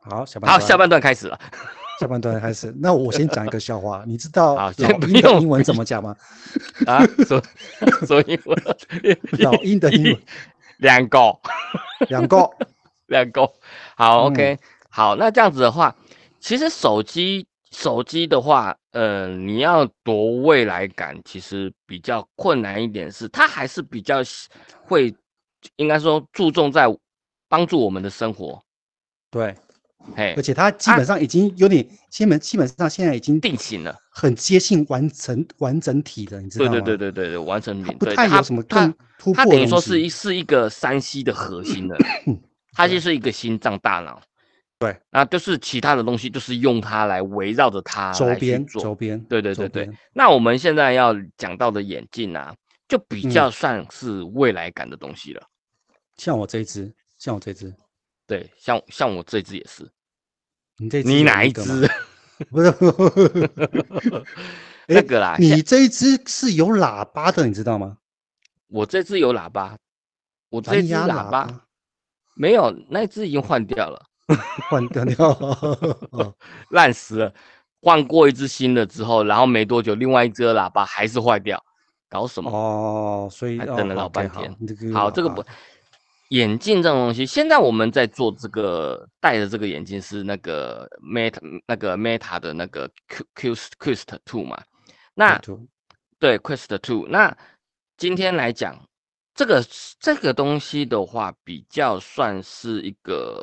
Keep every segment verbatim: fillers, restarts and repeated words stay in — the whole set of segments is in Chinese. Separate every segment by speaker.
Speaker 1: 好，下半
Speaker 2: 好，
Speaker 1: 段，
Speaker 2: 下半段开始了。
Speaker 1: 下半段开始。那我先讲一个笑话，你知道
Speaker 2: 好，先
Speaker 1: 老
Speaker 2: 不用
Speaker 1: 鹰的英文怎么讲吗？
Speaker 2: 啊，说说英文，
Speaker 1: 老鹰的英文，
Speaker 2: 两个，
Speaker 1: 两个。
Speaker 2: 两个。好
Speaker 1: 嗯，
Speaker 2: ，OK，好，那这样子的话，其实手机手机的话，呃，你要夺未来感，其实比较困难一点是，它还是比较会，应该说注重在帮助我们的生活。
Speaker 1: 对，
Speaker 2: 嘿，
Speaker 1: 而且它基
Speaker 2: 啊，
Speaker 1: 本上已经有点，基本基本上现在已经
Speaker 2: 定型了。
Speaker 1: 很接近完成完整体了，你知
Speaker 2: 对对
Speaker 1: 道吗？
Speaker 2: 对对对对，完成品。
Speaker 1: 它不
Speaker 2: 对它
Speaker 1: 太有什么
Speaker 2: 它
Speaker 1: 更突
Speaker 2: 它
Speaker 1: 破
Speaker 2: 等于说是
Speaker 1: 的东西。
Speaker 2: 一是一个三 C 的核心的啦，它就
Speaker 1: 对
Speaker 2: 是一个心脏大脑。
Speaker 1: 对，
Speaker 2: 那就是其他的东西，就是用它来围绕着它来去
Speaker 1: 周边
Speaker 2: 做。
Speaker 1: 周边
Speaker 2: 对对对对。
Speaker 1: 周边，
Speaker 2: 那我们现在要讲到的眼镜啊，就比
Speaker 1: 嗯，
Speaker 2: 较算是未来感的东西了。
Speaker 1: 像我这一只，像我这只，
Speaker 2: 对，像像我这只也是。
Speaker 1: 你这只
Speaker 2: 你
Speaker 1: 有那个吗？
Speaker 2: 哪一只？
Speaker 1: 不是，哎，
Speaker 2: 那个啦，像
Speaker 1: 你这一只是有喇叭的，你知道吗？
Speaker 2: 我这只有喇叭，我这只
Speaker 1: 蓝牙
Speaker 2: 喇叭
Speaker 1: 喇叭
Speaker 2: 没有，那只已经换掉了。
Speaker 1: 换掉掉，哦
Speaker 2: 烂死了。换过一只新的之后，然后没多久，另外一只喇叭还是坏掉，搞什么？
Speaker 1: 哦，所以哦
Speaker 2: 还等了老
Speaker 1: ，OK，
Speaker 2: 半天。
Speaker 1: 好，你这个有
Speaker 2: 好，这个不，
Speaker 1: 喇叭的，
Speaker 2: 眼镜这种东西，现在我们在做这个戴的这个眼镜是那个 Meta 那个 Meta 的那个 Q Q Quest Two 嘛。那对 Quest Two，那今天来讲，这个这个东西的话，比较算是一个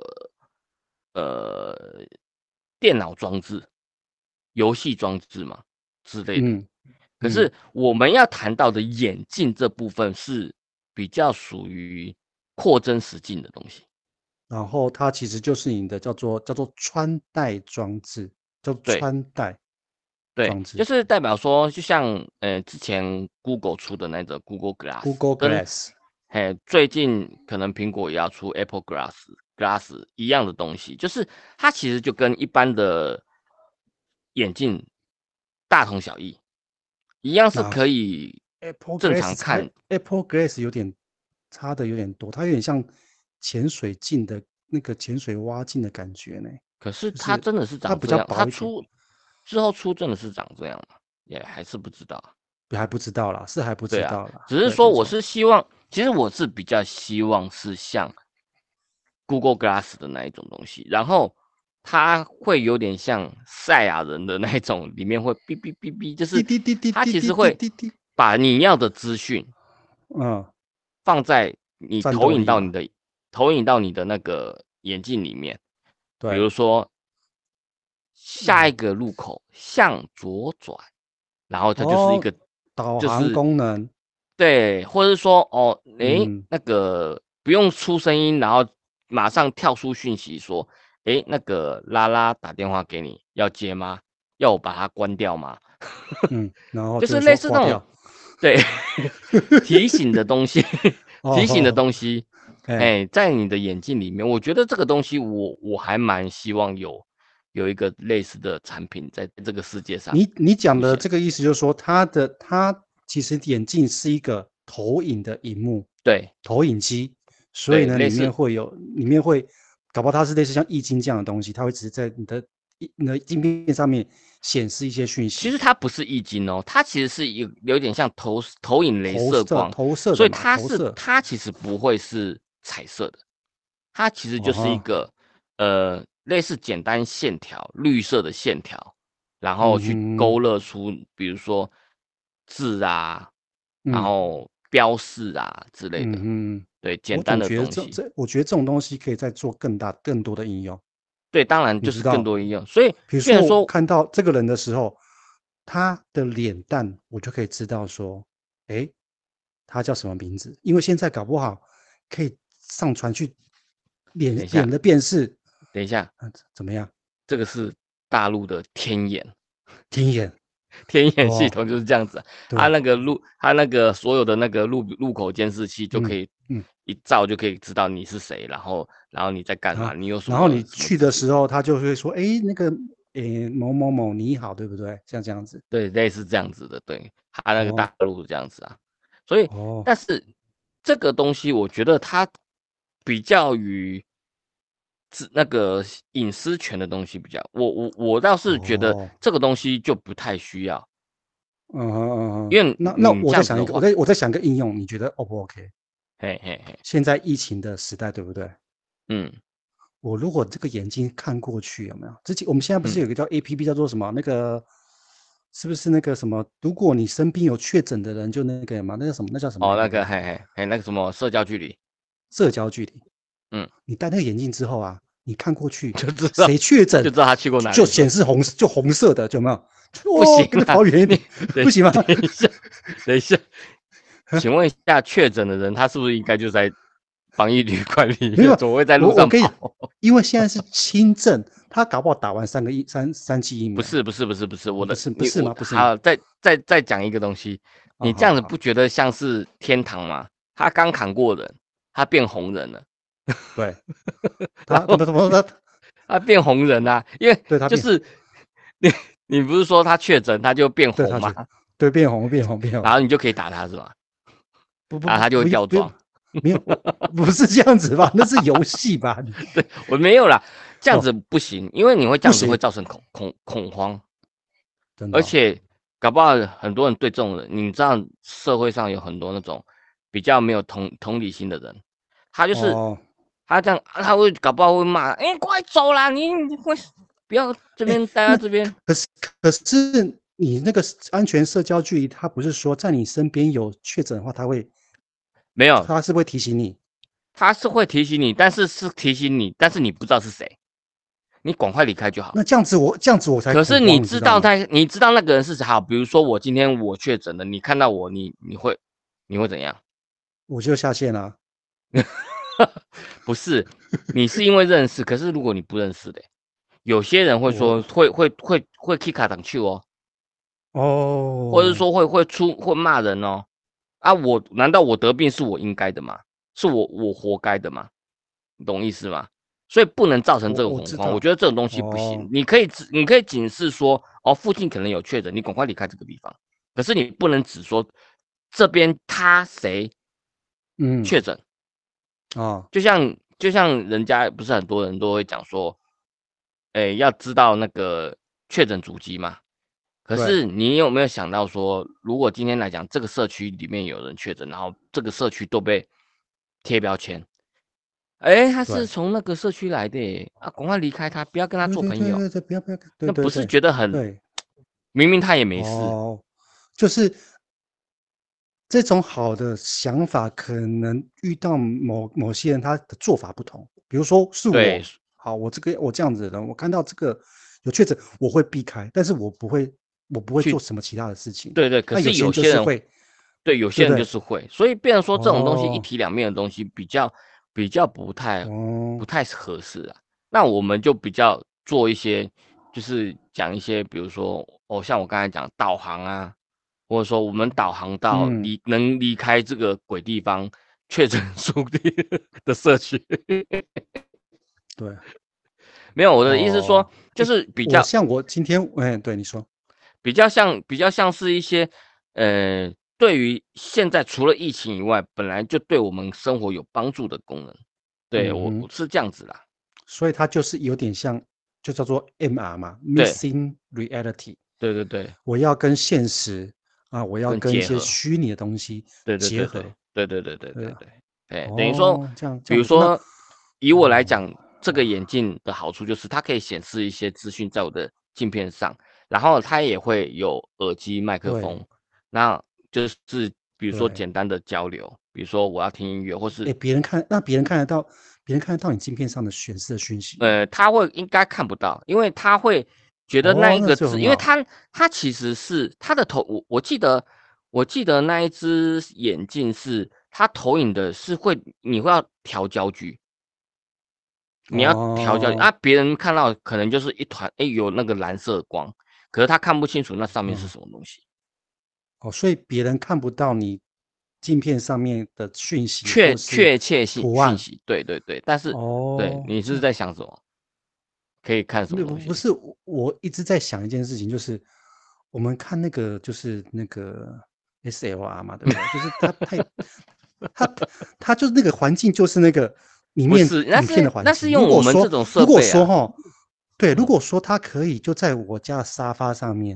Speaker 2: 呃电脑装置、游戏装置嘛之类的。
Speaker 1: 嗯嗯，
Speaker 2: 可是我们要谈到的眼镜这部分是比较属于扩增实境的东西。
Speaker 1: 然后它其实就是你的叫做叫做穿戴装置，叫
Speaker 2: 对
Speaker 1: 穿戴
Speaker 2: 对，
Speaker 1: 装置
Speaker 2: 就是代表说，就像呃之前 Google 出的那个 Google Glass，
Speaker 1: ，Google
Speaker 2: 跟
Speaker 1: Glass。
Speaker 2: 嘿最近可能苹果也要出 Apple Glass Glass 一样的东西，就是它其实就跟一般的眼镜大同小异，一样是
Speaker 1: 那
Speaker 2: 可以
Speaker 1: Apple
Speaker 2: 正
Speaker 1: Glass 差
Speaker 2: 常看。
Speaker 1: ，Apple Glass 有点差的有点多，它有点像潜水镜的那个潜水蛙镜的感觉呢，
Speaker 2: 可是
Speaker 1: 就是
Speaker 2: 它真的是
Speaker 1: 它比较
Speaker 2: 长这样，它
Speaker 1: 薄一点。
Speaker 2: 出之后出真的是长这样吗？也还是不知道。
Speaker 1: 还不知道啦，是还不
Speaker 2: 对啊，
Speaker 1: 知道啦。
Speaker 2: 只是
Speaker 1: 对，
Speaker 2: 说我
Speaker 1: 没错。
Speaker 2: 是希望，其实我是比较希望是像 Google Glass 的那一种东西，然后它会有点像赛亚人的那一种，里面会哔哔哔哔，就
Speaker 1: 滴
Speaker 2: 是
Speaker 1: 滴滴滴
Speaker 2: 它
Speaker 1: 滴滴
Speaker 2: 其实会
Speaker 1: 滴滴滴，
Speaker 2: 把你要的资讯
Speaker 1: 嗯，
Speaker 2: 放在你
Speaker 1: 战
Speaker 2: 投
Speaker 1: 斗力嘛，
Speaker 2: 影到你的投影到你的那个眼镜里面，比
Speaker 1: 对，
Speaker 2: 如说下一
Speaker 1: 嗯，
Speaker 2: 个路口向左转，然后它就是一
Speaker 1: 哦，
Speaker 2: 个
Speaker 1: 导航
Speaker 2: 就是
Speaker 1: 功能，
Speaker 2: 对，或者是说哦，诶，
Speaker 1: 嗯
Speaker 2: 那个不用出声音，然后马上跳出讯息说，诶，那个拉拉打电话给你，要接吗？要我把它关掉吗？
Speaker 1: 嗯，然后
Speaker 2: 就是
Speaker 1: 就是
Speaker 2: 类似那种
Speaker 1: 说挂掉。
Speaker 2: 对提醒的东西，提醒的
Speaker 1: 哦，
Speaker 2: 东西，
Speaker 1: 哎，
Speaker 2: 哎，在你的眼镜里面，我觉得这个东西我我还蛮希望有有一个类似的产品在这个世界上
Speaker 1: 你你讲
Speaker 2: 出现。
Speaker 1: 的这个意思就是说，它的它其实眼镜是一个投影的荧幕，
Speaker 2: 对
Speaker 1: 投影机，所以
Speaker 2: 对，
Speaker 1: 呢，里面
Speaker 2: 类似。
Speaker 1: 会有，里面会，搞不好它是类似像易经这样的东西，它会只是在你的你的镜片上面显示一些讯息，
Speaker 2: 其实它不是液晶哦，它其实是有有点像投投影镭
Speaker 1: 投射
Speaker 2: 射光，
Speaker 1: 投射的嘛，
Speaker 2: 所以它
Speaker 1: 投射，
Speaker 2: 是它其实不会是彩色的，它其实就是一
Speaker 1: 哦哈，
Speaker 2: 个呃类似简单线条绿色的线条，然后去
Speaker 1: 嗯嗯
Speaker 2: 勾勒出比如说字啊，然
Speaker 1: 嗯
Speaker 2: 后标示啊之类的，
Speaker 1: 嗯嗯，
Speaker 2: 对，简单
Speaker 1: 我总觉得
Speaker 2: 的东西。
Speaker 1: 这这，我觉得这种东西可以再做更大更多的应用。
Speaker 2: 对，当然就是更
Speaker 1: 你知道，
Speaker 2: 多应用，所以
Speaker 1: 比如说我
Speaker 2: 变成说
Speaker 1: 看到这个人的时候，他的脸蛋，我就可以知道说，诶，他叫什么名字？因为现在搞不好可以上传去脸
Speaker 2: 等一下，
Speaker 1: 脸的辨识，
Speaker 2: 等一下，
Speaker 1: 啊，怎么样？
Speaker 2: 这个是大陆的天眼。
Speaker 1: 天眼
Speaker 2: 天眼系
Speaker 1: 哦，
Speaker 2: 统就是这样子啊，它
Speaker 1: 对，
Speaker 2: 那个路，它那个所有的那个路路口监视器就可
Speaker 1: 嗯
Speaker 2: 以
Speaker 1: 嗯，
Speaker 2: 一照就可以知道你是谁，然后然后你在干嘛，
Speaker 1: 然后
Speaker 2: 你有什
Speaker 1: 然后
Speaker 2: 么什么
Speaker 1: 你去
Speaker 2: 资讯。
Speaker 1: 的时候，他就会说，诶，那个诶某某某你好，对不对？像这样子，
Speaker 2: 对，类似这样子的，对，它那个
Speaker 1: 哦
Speaker 2: 大陆是这样子啊，所以
Speaker 1: 哦，
Speaker 2: 但是这个东西我觉得它比较于自那个隐私权的东西比较，我我我倒是觉得
Speaker 1: 哦，
Speaker 2: 这个东西就不太需要，
Speaker 1: 嗯哼嗯哼，
Speaker 2: 因为
Speaker 1: 那那
Speaker 2: 你
Speaker 1: 我再想一个，我
Speaker 2: 这样子的话，
Speaker 1: 再我再想一个应用，你觉得 O 不 OK？
Speaker 2: 嘿嘿嘿，
Speaker 1: 现在疫情的时代，对不对？
Speaker 2: 嗯
Speaker 1: 我如果这个眼睛看过去，有没有？之前我们现在不是
Speaker 2: 嗯，
Speaker 1: 有个叫 A P P 叫做什么？那个是不是那个什么？如果你身边有确诊的人，就那个嘛，那叫什么？那叫什么
Speaker 2: 哦，那
Speaker 1: A P P？
Speaker 2: 个嘿嘿嘿，那个什么社交距离，
Speaker 1: 社交距离。
Speaker 2: 嗯，
Speaker 1: 你戴那个眼镜之后啊，你看过去，
Speaker 2: 就知道
Speaker 1: 谁确诊
Speaker 2: 就知道他去过哪里
Speaker 1: 就
Speaker 2: 是吧？
Speaker 1: 显示红，就红色的，就有没有？哦，
Speaker 2: 不行
Speaker 1: 跟着
Speaker 2: 啊，
Speaker 1: 跑远一点，
Speaker 2: 你等
Speaker 1: 不行吗？
Speaker 2: 等一下，等一下，请问一下，确诊的人他是不是应该就在防疫旅馆里面，
Speaker 1: 没有，
Speaker 2: 怎么会在
Speaker 1: 我
Speaker 2: 路上
Speaker 1: 我跟你讲，
Speaker 2: 跑？
Speaker 1: 因为现在是轻症，他搞不好打完三个疫三三剂疫苗。
Speaker 2: 不是不是不是不是，我的
Speaker 1: 不是不
Speaker 2: 你我
Speaker 1: 是吗？不是吗？
Speaker 2: 好，再再再讲一个东西，
Speaker 1: 哦，
Speaker 2: 你这样子
Speaker 1: 好好好，
Speaker 2: 不觉得像是天堂吗？他刚砍过人，他变红人了，
Speaker 1: 对，
Speaker 2: 然后
Speaker 1: 他不不不，他
Speaker 2: 他变红人啊，因为
Speaker 1: 对他变，
Speaker 2: 就是你你不是说他确诊他就变红吗？
Speaker 1: 对他去，对变红变红变红，
Speaker 2: 然后你就可以打他是吧？
Speaker 1: 不不
Speaker 2: 然后他就会
Speaker 1: 不不不，
Speaker 2: 掉妆。
Speaker 1: 没有，不是这样子吧？那是游戏吧？
Speaker 2: 对我没有啦，这样
Speaker 1: 哦，
Speaker 2: 子不行，因为你会这样子会
Speaker 1: 不行，
Speaker 2: 造成恐恐恐慌，
Speaker 1: 真的哦，
Speaker 2: 而且搞不好很多人对这种人，你知道社会上有很多那种比较没有同同理心的人，他就是
Speaker 1: 哦，
Speaker 2: 他这样，啊他会搞不好会骂，哎、快走啦，你你会不要这
Speaker 1: 哎，
Speaker 2: 边待
Speaker 1: 那
Speaker 2: 在这边，
Speaker 1: 可是可是你那个安全社交距离，他不是说在你身边有确诊的话，他会
Speaker 2: 没有，
Speaker 1: 他是不会提醒你？
Speaker 2: 他是会提醒你，但是是提醒你，但是你不知道是谁，你赶快离开就好。
Speaker 1: 那这样子我这样子我才
Speaker 2: 可是
Speaker 1: 恐慌，你
Speaker 2: 你知道
Speaker 1: 知道吗？
Speaker 2: 他，你知道那个人是谁？好，比如说我今天我确诊了，你看到我，你你会你会怎样？
Speaker 1: 我就下线了。
Speaker 2: 不是，你是因为认识，可是如果你不认识的，有些人会说
Speaker 1: 我
Speaker 2: 会会会会 kick 卡挡去哦，或者是
Speaker 1: 哦，
Speaker 2: 说会会出会骂人哦。啊，我难道我得病是我应该的吗？是我我活该的吗？你懂意思吗？所以不能造成
Speaker 1: 我
Speaker 2: 这个恐慌，我
Speaker 1: 我知道。
Speaker 2: 觉得这种东西不行。
Speaker 1: 哦，
Speaker 2: 你可以只你可以警示说，哦，附近可能有确诊，你赶快离开这个地方。可是你不能只说这边他谁
Speaker 1: 嗯，
Speaker 2: 确诊，
Speaker 1: 啊，
Speaker 2: 就像就像人家不是很多人都会讲说，哎，要知道那个确诊足迹嘛。可
Speaker 1: 对
Speaker 2: 是你有没有想到说，如果今天来讲，这个社区里面有人确诊，然后这个社区都被贴标签，哎，他是
Speaker 1: 对
Speaker 2: 从那个社区来的耶，啊，赶快离开他，不要跟他
Speaker 1: 对
Speaker 2: 做朋友。
Speaker 1: 对对对对，不要不要，对
Speaker 2: 那不是
Speaker 1: 对对
Speaker 2: 觉得很，
Speaker 1: 对，
Speaker 2: 明明他也没事，
Speaker 1: 哦，就是这种好的想法，可能遇到某某些人他的做法不同。比如说是
Speaker 2: 对
Speaker 1: 我，好，我这个我这样子的人，我看到这个有确诊，我会避开，但是我不会我不会做
Speaker 2: 去，
Speaker 1: 什么其他的事情。
Speaker 2: 对对。可是
Speaker 1: 那有些人就
Speaker 2: 有些人，
Speaker 1: 是会，
Speaker 2: 对有些人就
Speaker 1: 对不对？
Speaker 2: 是会，所以变成说这种东西一
Speaker 1: 哦
Speaker 2: 体两面的东西比较比较不太不
Speaker 1: 哦，
Speaker 2: 太合适啊。那我们就比较做一些，就是讲一些，比如说哦，像我刚才讲导航啊，或者说我们导航到
Speaker 1: 嗯，
Speaker 2: 离能离开这个鬼地方确诊数地的社区。
Speaker 1: 对，
Speaker 2: 没有，我的意思是
Speaker 1: 哦，
Speaker 2: 说，就是比较
Speaker 1: 我像我今天，哎，对你说，
Speaker 2: 比较像比较像是一些，呃，对于现在除了疫情以外，本来就对我们生活有帮助的功能。对
Speaker 1: 嗯哼，
Speaker 2: 我我是这样子啦。
Speaker 1: 所以它就是有点像，就叫做 M R 嘛
Speaker 2: 对
Speaker 1: ，Missing Reality。
Speaker 2: 对对对，
Speaker 1: 我要跟现实啊，我要跟一些
Speaker 2: 跟结合。
Speaker 1: 虚拟的东西
Speaker 2: 对对对对
Speaker 1: 结合。
Speaker 2: 对对对对
Speaker 1: 对啊，
Speaker 2: 对对，哎，等于说，
Speaker 1: 哦，这样这样，那
Speaker 2: 比如说，以我来
Speaker 1: 哦
Speaker 2: 讲，这个眼镜的好处就是它可以显示一些资讯在我的镜片上，然后它也会有耳机、麦克
Speaker 1: 对
Speaker 2: 风，那就是比如说
Speaker 1: 对，
Speaker 2: 简单的交流，比如说我要听音乐，或是
Speaker 1: 哎，别人看，那别人看得到，别人看得到你镜片上的显示的讯息吗？
Speaker 2: 呃，他会应该看不到，因为他会觉得那
Speaker 1: 哦，那
Speaker 2: 一个字，
Speaker 1: 就很好。
Speaker 2: 因为他他其实是他的投，我我记得我记得那一只眼镜是它投影的是会，你会要调焦距，你要调焦距
Speaker 1: 哦，
Speaker 2: 啊，别人看到可能就是一团，哎，有那个蓝色的光，可是他看不清楚那上面是
Speaker 1: 哦
Speaker 2: 什么东西，
Speaker 1: 哦，所以别人看不到你镜片上面的讯息或
Speaker 2: 确
Speaker 1: 是
Speaker 2: 确切性
Speaker 1: 图案。
Speaker 2: 讯息，对对对，但是对
Speaker 1: 哦，
Speaker 2: 你是在想什么？可以看什么
Speaker 1: 那不
Speaker 2: 东西？
Speaker 1: 不是我，我一直在想一件事情，就是我们看那个就是那个 S L R 嘛，对不对？就是它太它它就是那个环境，就是那个里面
Speaker 2: 是那
Speaker 1: 影片的环境。
Speaker 2: 那是用我们这种设备、啊、
Speaker 1: 如果说哈，对，如果说它可以就在我家的沙发上面，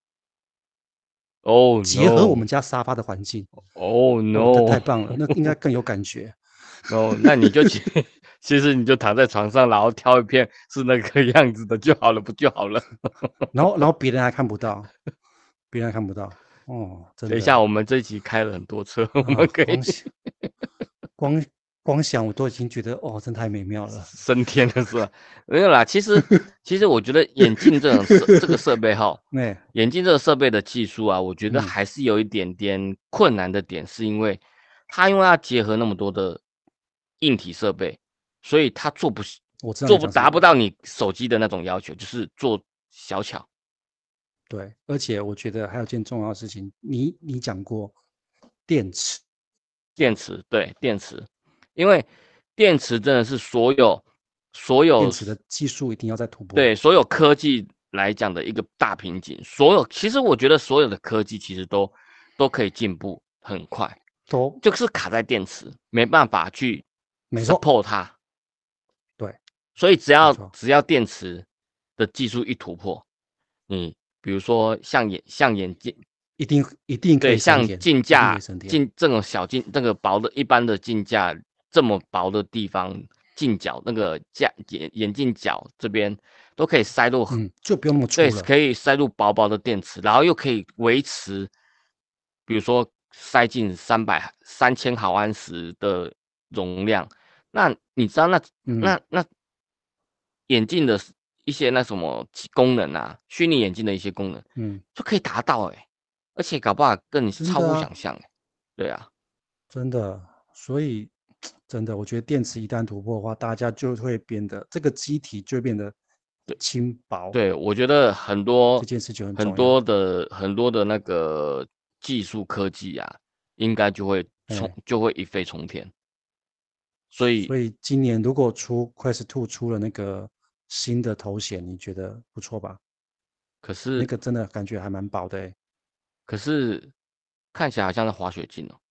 Speaker 2: 哦、oh,
Speaker 1: 结合我们家沙发的环境，
Speaker 2: 哦、oh, no，
Speaker 1: 哦，太棒了，那应该更有感觉。
Speaker 2: 哦，那你就其其实你就躺在床上，然后挑一片是那个样子的就好了，不就好了？
Speaker 1: 然后然后别人还看不到，别人还看不到。哦，真的。
Speaker 2: 等一下，我们这一集开了很多车，我们可以
Speaker 1: 光想光光想我都已经觉得哦，真太美妙了，
Speaker 2: 升天了是吧？没有啦，其实其实我觉得眼镜这种设这个设备哈，眼镜这个设备的技术啊，我觉得还是有一点点困难的点，是因为它因为要结合那么多的硬体设备，所以它做不
Speaker 1: 我知道
Speaker 2: 做不达不到你手机的那种要求，就是做小巧。
Speaker 1: 对，而且我觉得还有件重要的事情，你你讲过电池，
Speaker 2: 电池对电池，因为电池真的是所有所有
Speaker 1: 电池的技术一定要在突破，
Speaker 2: 对所有科技来讲的一个大瓶颈。所有其实我觉得所有的科技其实都都可以进步很快，
Speaker 1: 都
Speaker 2: 就是卡在电池，没办法去 support 它。
Speaker 1: 对，
Speaker 2: 所以只要只要电池的技术一突破，你比如说像眼像眼镜。
Speaker 1: 一定一定可以
Speaker 2: 对，像镜架、镜这种小镜，这个薄的一般的镜架，这么薄的地方，镜角那个架眼眼镜角这边都可以塞入，
Speaker 1: 嗯，就不用那么粗
Speaker 2: 了。
Speaker 1: 对，
Speaker 2: 可以塞入薄薄的电池，然后又可以维持，比如说塞进三百三千毫安时的容量。那你知道那、嗯、那那眼镜的一些那什么功能啊，虚拟眼镜的一些功能，嗯，就可以达到哎、欸。而且搞不好更超乎想象、欸，对啊，
Speaker 1: 真的，所以真的，我觉得电池一旦突破的话，大家就会变得这个机体就会变得轻薄。
Speaker 2: 对，我觉得很多
Speaker 1: 这件事就很
Speaker 2: 很多的很多的那个技术科技啊，应该就会冲、欸、就会一飞冲天。所以，
Speaker 1: 所以今年如果出 Quest 二出了那个新的头显，你觉得不错吧？
Speaker 2: 可是
Speaker 1: 那个真的感觉还蛮薄的哎、欸。
Speaker 2: 可是看起来好像是滑雪镜哦。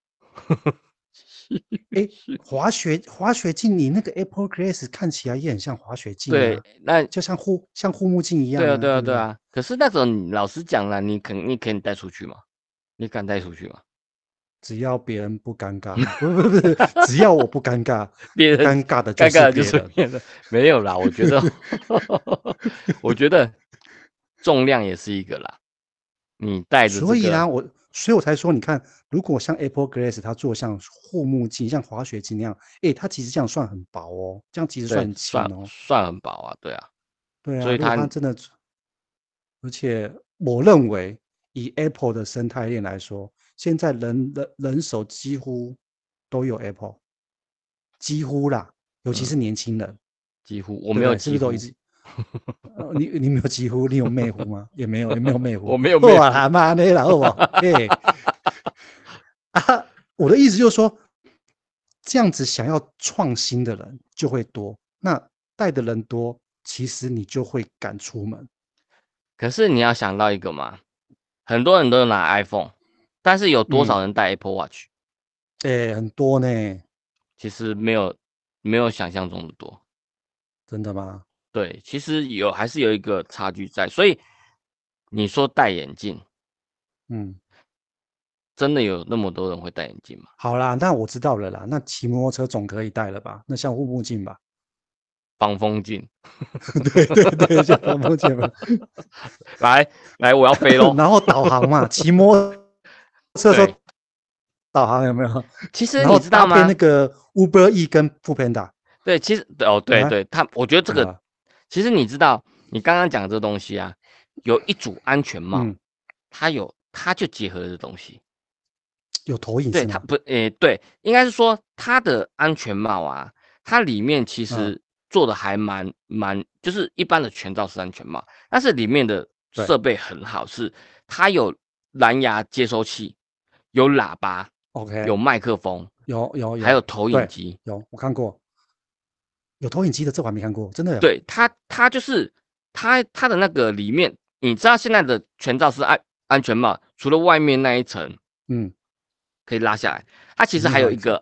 Speaker 1: 哎、欸，滑雪滑雪镜，你那个 Apple Glass 看起来也很像滑雪镜、啊，
Speaker 2: 对，那
Speaker 1: 就像护像护目镜一样、啊。
Speaker 2: 对啊，对啊，
Speaker 1: 对啊。
Speaker 2: 对啊。可是那种老实讲了，你肯你可以带出去吗？你敢带出去吗？
Speaker 1: 只要别人不尴尬，不不不是，只要我不尴尬，
Speaker 2: 别人
Speaker 1: 尴尬的就是别人。
Speaker 2: 别人没有啦，我觉得，我觉得重量也是一个啦。你带着、这个，
Speaker 1: 所以啦，我所以我才说，你看，如果像 Apple Glass 它做像护目镜、像滑雪镜那样，哎、欸，它其实这样算很薄哦，这样其实算很轻哦，
Speaker 2: 算算很薄啊，对啊，
Speaker 1: 对啊，
Speaker 2: 所以它
Speaker 1: 真的，而且我认为以 Apple 的生态链来说，现在人人人手几乎都有 Apple， 几乎啦，尤其是年轻人，嗯、
Speaker 2: 几乎我没有几乎，
Speaker 1: 是不是都一直？呃、你你没有几乎，你有魅狐吗？也没有，也没有魅狐。
Speaker 2: 我没有魅狐。
Speaker 1: 哇，妈的啦，好不好？哎，啊，我的意思就是说，这样子想要创新的人就会多，那带的人多，其实你就会敢出门。
Speaker 2: 可是你要想到一个嘛，很多人都拿 iPhone， 但是有多少人带 Apple Watch？
Speaker 1: 哎、嗯欸，很多呢。
Speaker 2: 其实没有没有想象中的多。
Speaker 1: 真的吗？
Speaker 2: 对，其实有还是有一个差距在，所以你说戴眼镜，嗯，真的有那么多人会戴眼镜吗？
Speaker 1: 好啦，那我知道了啦，那骑摩托车总可以戴了吧？那像护目镜吧，
Speaker 2: 防风镜，
Speaker 1: 对对对，像防风镜吧。
Speaker 2: 来来，我要飞喽。
Speaker 1: 然后导航嘛，骑摩托车时候导航有没有？
Speaker 2: 其实你知道吗？
Speaker 1: 那个 Uber E 跟 Foodpanda。
Speaker 2: 对，其实哦，对对，他我觉得这个，
Speaker 1: 啊、
Speaker 2: 其实你知道，你刚刚讲这东西啊，有一组安全帽，嗯、它有，它就结合这东西，
Speaker 1: 有投影，
Speaker 2: 对，它不，诶，对，应该是说它的安全帽啊，它里面其实做的还蛮蛮、嗯，就是一般的全罩式安全帽，但是里面的设备很好，是它有蓝牙接收器，有喇叭
Speaker 1: ，OK，
Speaker 2: 有麦克风，
Speaker 1: 有有有，
Speaker 2: 还有投影机，
Speaker 1: 有我看过。有投影机的，这我还没看过，真的有。
Speaker 2: 对它，它就是它它的那个里面，你知道现在的全罩式安安全帽，除了外面那一层，嗯，可以拉下来，它其实还有一个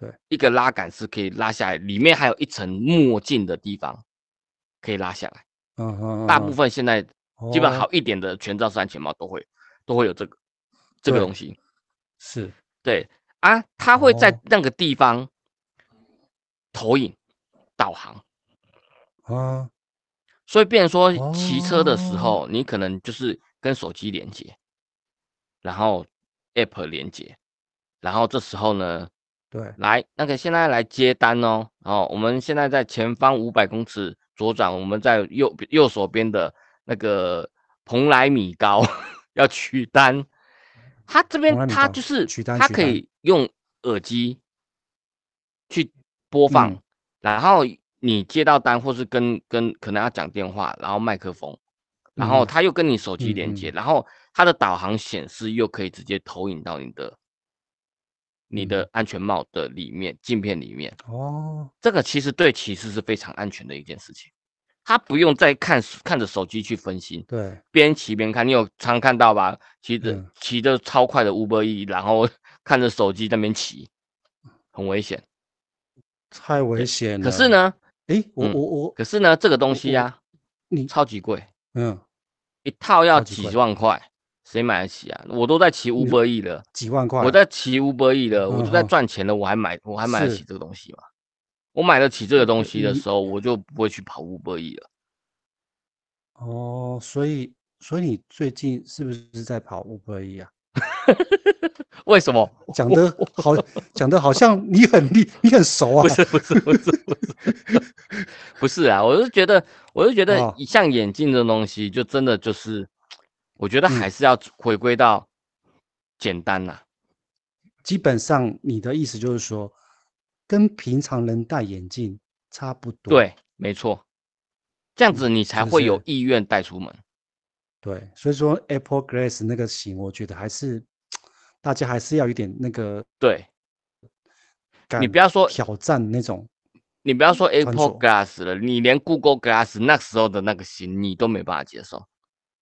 Speaker 1: 对，
Speaker 2: 一个拉杆是可以拉下来，里面还有一层墨镜的地方可以拉下来。
Speaker 1: 嗯嗯
Speaker 2: 大部分现在基本好
Speaker 1: 哦，
Speaker 2: 一点的全罩式安全帽都会都会有这个这个
Speaker 1: 对，
Speaker 2: 东西。
Speaker 1: 是，
Speaker 2: 对啊，它会在
Speaker 1: 哦，
Speaker 2: 那个地方投影导航，
Speaker 1: 啊，
Speaker 2: 所以变成说骑车的时
Speaker 1: 哦，
Speaker 2: 候，你可能就是跟手机连接，然后 App 连接，然后这时候呢，
Speaker 1: 对，
Speaker 2: 来那个现在来接单哦，哦，我们现在在前方五百公尺左转，我们在右右手边的那个蓬莱米糕要取单，它这边
Speaker 1: 蓬莱米糕，
Speaker 2: 它就是
Speaker 1: 取单
Speaker 2: 它可
Speaker 1: 取单，
Speaker 2: 以用耳机去播
Speaker 1: 嗯
Speaker 2: 放，然后你接到单或是跟跟可能要讲电话，然后麦克风，然后
Speaker 1: 嗯
Speaker 2: 它又跟你手机
Speaker 1: 嗯
Speaker 2: 连接，
Speaker 1: 嗯
Speaker 2: 然后它的导航显示又可以直接投影到你的你的
Speaker 1: 嗯，
Speaker 2: 安全帽的里面镜片里面。
Speaker 1: 哦，
Speaker 2: 这个其实对骑士是非常安全的一件事情，他不用再看看着手机去分心，
Speaker 1: 对，
Speaker 2: 边骑边看。你有常看到吧？骑着
Speaker 1: 嗯，
Speaker 2: 骑着超快的 Uber E，然后看着手机在那边骑，很危险。
Speaker 1: 太危
Speaker 2: 对，
Speaker 1: 险了。
Speaker 2: 可是呢，
Speaker 1: 诶，我
Speaker 2: 嗯，
Speaker 1: 我我
Speaker 2: 可是呢，这个东
Speaker 1: 我我，
Speaker 2: 西啊，
Speaker 1: 你，
Speaker 2: 超级贵，
Speaker 1: 嗯，
Speaker 2: 一套要几
Speaker 1: 超级贵，
Speaker 2: 万块，谁买得起啊？我都在骑
Speaker 1: 你
Speaker 2: Uber E 了，
Speaker 1: 几万块
Speaker 2: 我
Speaker 1: 啊？
Speaker 2: 在骑 Uber E 了，我都在
Speaker 1: 嗯哼，
Speaker 2: 赚钱了，我还买我还买得起
Speaker 1: 是，
Speaker 2: 这个东西吗？我买得起这个东
Speaker 1: 对你，
Speaker 2: 西的时候，我就不会去跑 Uber E 了。
Speaker 1: 哦，所以所以你最近是不是在跑 Uber E 啊？
Speaker 2: 为什么？
Speaker 1: 讲的好，讲的好像你很厉，你很熟啊。
Speaker 2: 不是不是不是不是不是啊！我是觉得，我是觉得
Speaker 1: 啊，
Speaker 2: 像眼镜这东西，就真的就是，我觉得还
Speaker 1: 嗯，
Speaker 2: 是要回归到简单呐、
Speaker 1: 基本上你的意思就是说，跟平常人戴眼镜差不多，
Speaker 2: 对，没错，这样
Speaker 1: 嗯，
Speaker 2: 子你才会有
Speaker 1: 是不是？
Speaker 2: 意愿带出门。
Speaker 1: 对，所以说 Apple Glass 那个型，我觉得还是大家还是要有点那个
Speaker 2: 对，你
Speaker 1: 敢
Speaker 2: 不要说
Speaker 1: 挑战那种
Speaker 2: 你不要说
Speaker 1: 穿
Speaker 2: Apple
Speaker 1: 着。
Speaker 2: Glass 了，你连 Google Glass 那时候的那个型你都没办法接受。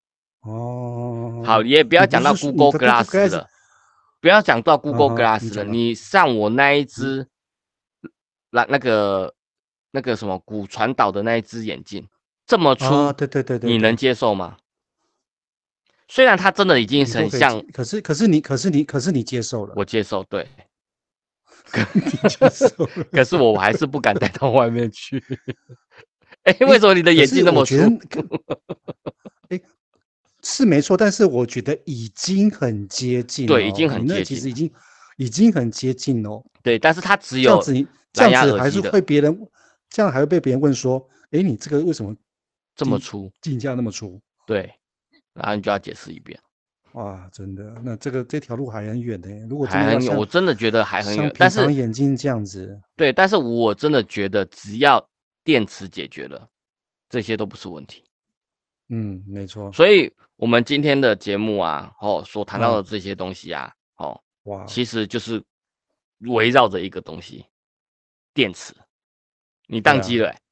Speaker 2: 好，
Speaker 1: 哦，
Speaker 2: 也不要讲到
Speaker 1: 你不是说你
Speaker 2: Google
Speaker 1: 的 Google
Speaker 2: Glass
Speaker 1: Glass，
Speaker 2: 了，不要讲到
Speaker 1: 嗯
Speaker 2: Google
Speaker 1: 哼，你
Speaker 2: Glass 了，
Speaker 1: 讲吧，
Speaker 2: 你上我那一
Speaker 1: 嗯
Speaker 2: 只，那那个那个什么骨传导的那一只眼镜，这么
Speaker 1: 啊，
Speaker 2: 粗，
Speaker 1: 对对对对
Speaker 2: 你能
Speaker 1: 对，
Speaker 2: 接受吗？虽然它真的已经
Speaker 1: 你都可以接，
Speaker 2: 很像，
Speaker 1: 可是可是你可是你可是你接受了，
Speaker 2: 我接受，对，
Speaker 1: 你接受了，
Speaker 2: 可是我还是不敢带到外面去。哎、为
Speaker 1: 哎，
Speaker 2: 什么你的
Speaker 1: 可
Speaker 2: 眼镜
Speaker 1: 是我觉得
Speaker 2: 那么粗？
Speaker 1: 可，哎，是没错，但是我觉得已经很接近
Speaker 2: 对，已
Speaker 1: 哦，
Speaker 2: 经很
Speaker 1: 你那
Speaker 2: 接近了。
Speaker 1: 其实已经已经很接近哦。
Speaker 2: 对，但是它只有
Speaker 1: 这样子你这
Speaker 2: 蓝牙
Speaker 1: 样子还是
Speaker 2: 耳机的
Speaker 1: 会别人，这样还会被别人问说，哎，你这个为什么镜
Speaker 2: 这么粗，
Speaker 1: 镜架那么粗？
Speaker 2: 对，然后你就要解释一遍。
Speaker 1: 哇，真的，那这个这条路还很远呢。如果真的
Speaker 2: 还很远，
Speaker 1: 要像
Speaker 2: 我真的觉得还很
Speaker 1: 像
Speaker 2: 远。但是，
Speaker 1: 平常眼镜这样子，
Speaker 2: 对，但是我真的觉得只要电池解决了，这些都不是问题。
Speaker 1: 嗯，没错，
Speaker 2: 所以，我们今天的节目啊，哦，所谈到
Speaker 1: 嗯，
Speaker 2: 的这些东西啊，哦，
Speaker 1: 哇，
Speaker 2: 其实就是围绕着一个东西，电池。你
Speaker 1: 对啊，
Speaker 2: 宕机了欸、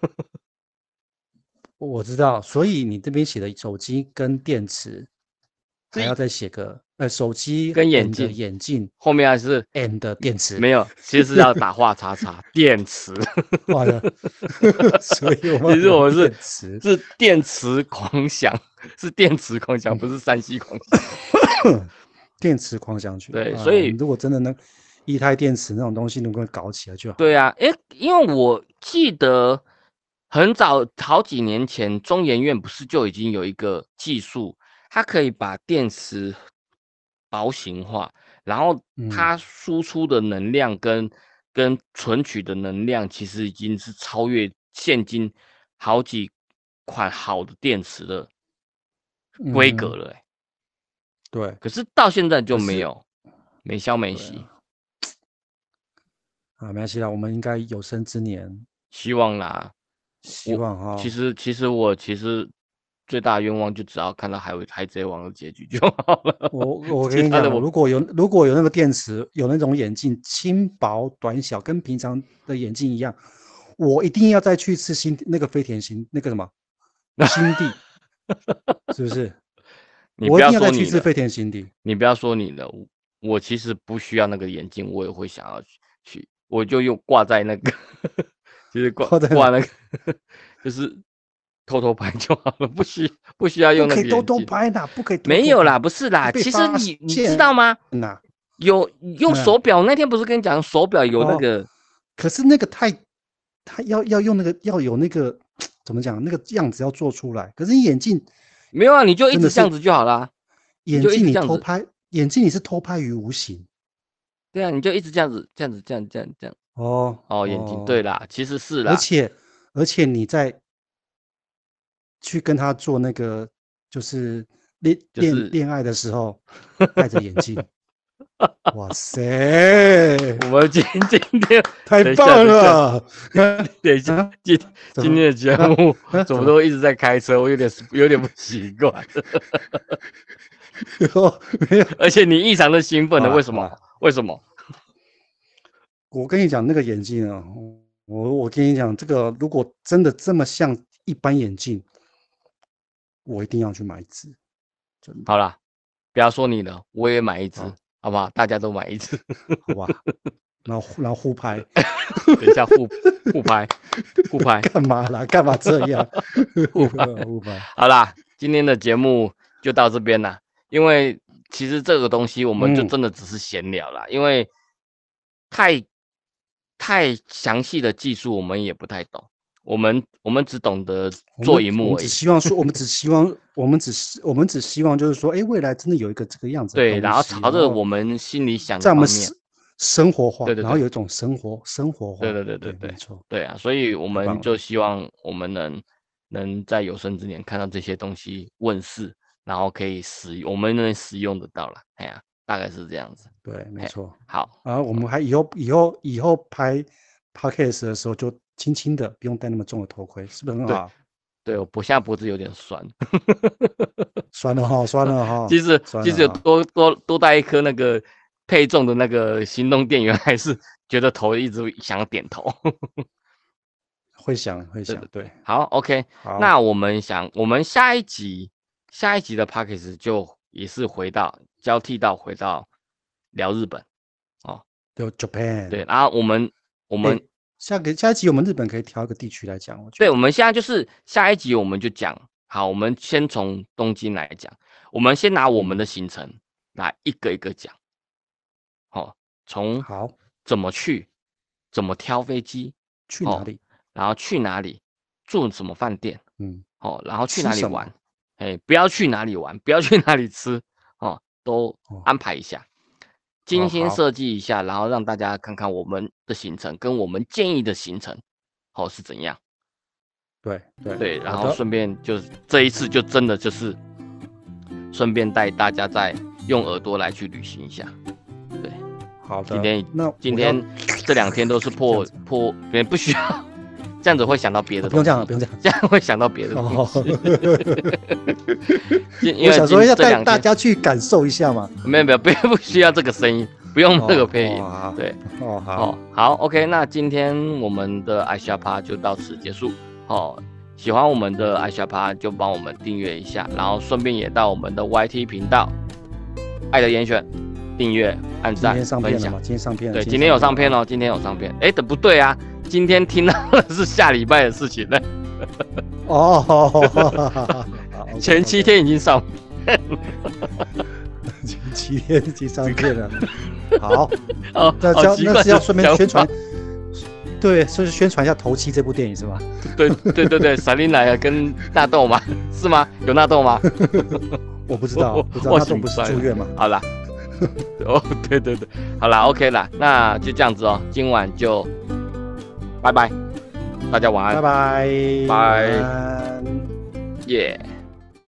Speaker 1: 我知道，所以你这边写的手机跟电池，还要
Speaker 2: 是
Speaker 1: 再写个呃手机
Speaker 2: 跟眼
Speaker 1: and
Speaker 2: 镜
Speaker 1: 眼镜
Speaker 2: 后面还是
Speaker 1: and 电池，
Speaker 2: 没有，其实要打画叉叉电池。
Speaker 1: 哇的，所以我们
Speaker 2: 其实
Speaker 1: 要有
Speaker 2: 我是
Speaker 1: 电池，
Speaker 2: 是电池狂想，是电池狂想，不是山西狂想。
Speaker 1: 电池框上去
Speaker 2: 对，所
Speaker 1: 啊。我们
Speaker 2: 以
Speaker 1: 如果真的能一胎电池那种东西能够搞起来就好了。
Speaker 2: 对啊，诶，因为我记得很早好几年前，中研院不是就已经有一个技术，它可以把电池薄型化，然后
Speaker 1: 嗯
Speaker 2: 它输出的能量跟跟存取的能量，其实已经是超越现今好几款好的电池的规格
Speaker 1: 嗯哼，
Speaker 2: 了欸。
Speaker 1: 对。
Speaker 2: 可是到现在就
Speaker 1: 可是
Speaker 2: 没有，没消没息。
Speaker 1: 对啊，啊，没关系啦，我们应该有生之年，
Speaker 2: 希望啦，
Speaker 1: 希
Speaker 2: 我
Speaker 1: 望哈。
Speaker 2: 其实其实我其实最大的愿望就只要看到海海贼王的结局就好了，
Speaker 1: 我我跟你讲，
Speaker 2: 其他的我
Speaker 1: 如果有如果有那个电池，有那种眼镜轻薄短小，跟平常的眼镜一样，我一定要再去一次新那个飞田新那个什么新地，是不是？
Speaker 2: 你不要
Speaker 1: 我一定要再
Speaker 2: 说你的，
Speaker 1: 去一次飞田新地。
Speaker 2: 你不要说你的，我我其实不需要那个眼镜，我也会想要去去我就用挂在那个，就是挂挂那个，就是偷偷拍就好了，不需不需要用那个眼镜。
Speaker 1: 不可以偷偷拍的，不可以偷偷拍。
Speaker 2: 没有啦，不是啦，其实你你知道吗？有用手表，那天不是跟你讲手表有那个，
Speaker 1: 哦、可是那个太，他要要用那个要有那个怎么讲，那个样子要做出来。可是你眼镜
Speaker 2: 没有啊，你就一直这样子就好啦。
Speaker 1: 眼镜你偷拍，眼镜你是偷拍于无形。
Speaker 2: 对啊，你就一直这样子，这样子，这样这样这样。
Speaker 1: 哦
Speaker 2: 哦，眼睛对啦，其实是啦。
Speaker 1: 而且而且你在去跟他做那个就是恋恋恋爱的时候，戴着眼镜。哇塞！
Speaker 2: 我们今今天
Speaker 1: 太棒了！
Speaker 2: 等一下，今今天的节目怎么都一直在开车，我有点有点不习惯。
Speaker 1: 没有，
Speaker 2: 而且你异常的兴奋的，为什么？为什么？
Speaker 1: 我跟你讲，那个眼镜啊，我我跟你讲，这个如果真的这么像一般眼镜，我一定要去买一只。
Speaker 2: 好啦，不要说你了，我也买一只。好不好？大家都买一只，
Speaker 1: 好吧？然后然后互拍，
Speaker 2: 等一下互互拍，互拍
Speaker 1: 干嘛啦？干嘛这样？互拍互拍。
Speaker 2: 好啦，今天的节目就到这边啦。因为其实这个东西我们就真的只是闲聊啦，嗯、因为太太详细的技术我们也不太懂。我们我们只懂得做荧幕而已，
Speaker 1: 只希望说，我们只希望，我们只是我们只希望就是说，哎，未来真的有一个这个样子的东西，
Speaker 2: 对，然后朝着我们心里想的
Speaker 1: 在我们
Speaker 2: 方面
Speaker 1: 生活化，
Speaker 2: 对对对，
Speaker 1: 然后有一种生活生活化，
Speaker 2: 对对对对
Speaker 1: 对，没错，
Speaker 2: 对啊，所以我们就希望我们能能在有生之年看到这些东西问世，然后可以使用，我们能使用得到了，哎呀，大概是这样子，
Speaker 1: 对，没错。
Speaker 2: 好，
Speaker 1: 然后我们还以后以后以后拍 podcast 的时候就。轻轻的，不用戴那么重的头盔，是不是很好？
Speaker 2: 对，对我现在脖子有点酸，
Speaker 1: 酸了哈，酸了哈。
Speaker 2: 其实其实有多多多带一颗那个配重的那个行动电源，还是觉得头一直想要点头，
Speaker 1: 会想会想。对，
Speaker 2: 好 ，OK，好，那我们想，我们下一集下一集的 podcast 就也是回到交替到回到聊日本哦，
Speaker 1: 就 Japan。
Speaker 2: 对，然后我们我们。欸
Speaker 1: 下个下一集我们日本可以挑一个地区来讲，我觉得。
Speaker 2: 对，我们现在就是下一集我们就讲，好，我们先从东京来讲，我们先拿我们的行程来一个一个讲，好、哦，从
Speaker 1: 好
Speaker 2: 怎么去，怎么挑飞机，
Speaker 1: 去哪里、
Speaker 2: 哦，然后去哪里，住什么饭店，
Speaker 1: 嗯，
Speaker 2: 哦，然后去哪里玩，哎，不要去哪里玩，不要去哪里吃，哦，都安排一下。哦，精心设计一下，然后让大家看看我们的行程跟我们建议的行程，好、哦、是怎样？
Speaker 1: 对对
Speaker 2: 对，然后顺便就是这一次就真的就是顺便带大家再用耳朵来去旅行一下。对，
Speaker 1: 好的。
Speaker 2: 今天
Speaker 1: 那
Speaker 2: 今天这两天都是破破，别不需要这样子会想到别的东西，
Speaker 1: 不用这样，不用这样，
Speaker 2: 这样会想到别的东西。
Speaker 1: 我想说要带大家去感受一下嘛。
Speaker 2: 没有没有，不不需要这个声音，不用这个配音。
Speaker 1: 哦、
Speaker 2: 对，
Speaker 1: 哦好
Speaker 2: 哦好 ，OK， 那今天我们的爱瞎趴就到此结束。哦，喜欢我们的爱瞎趴就帮我们订阅一下，然后顺便也到我们的 Y T 频道爱的严选订阅、按赞、分享。
Speaker 1: 今天上片了，
Speaker 2: 对，今天有上片哦，今天有上片。哎，不对啊，今天听到的是下礼拜的事情呢。
Speaker 1: 哦，
Speaker 2: 前七天已经上片
Speaker 1: 了，前七天已经上片了。好，
Speaker 2: 哦，
Speaker 1: 那那那是要顺便宣传，对，就是宣传一下《头七》这部电影是吧？
Speaker 2: 对对对对，闪灵来了跟纳豆吗？是吗？有纳豆吗？
Speaker 1: 我不知道，不知道纳豆不是住院吗？
Speaker 2: 好啦，哦，对对对，好啦 ，OK 啦，那就这样子哦，今晚就拜拜，大家晚安，
Speaker 1: 拜拜，
Speaker 2: 拜，耶。Yeah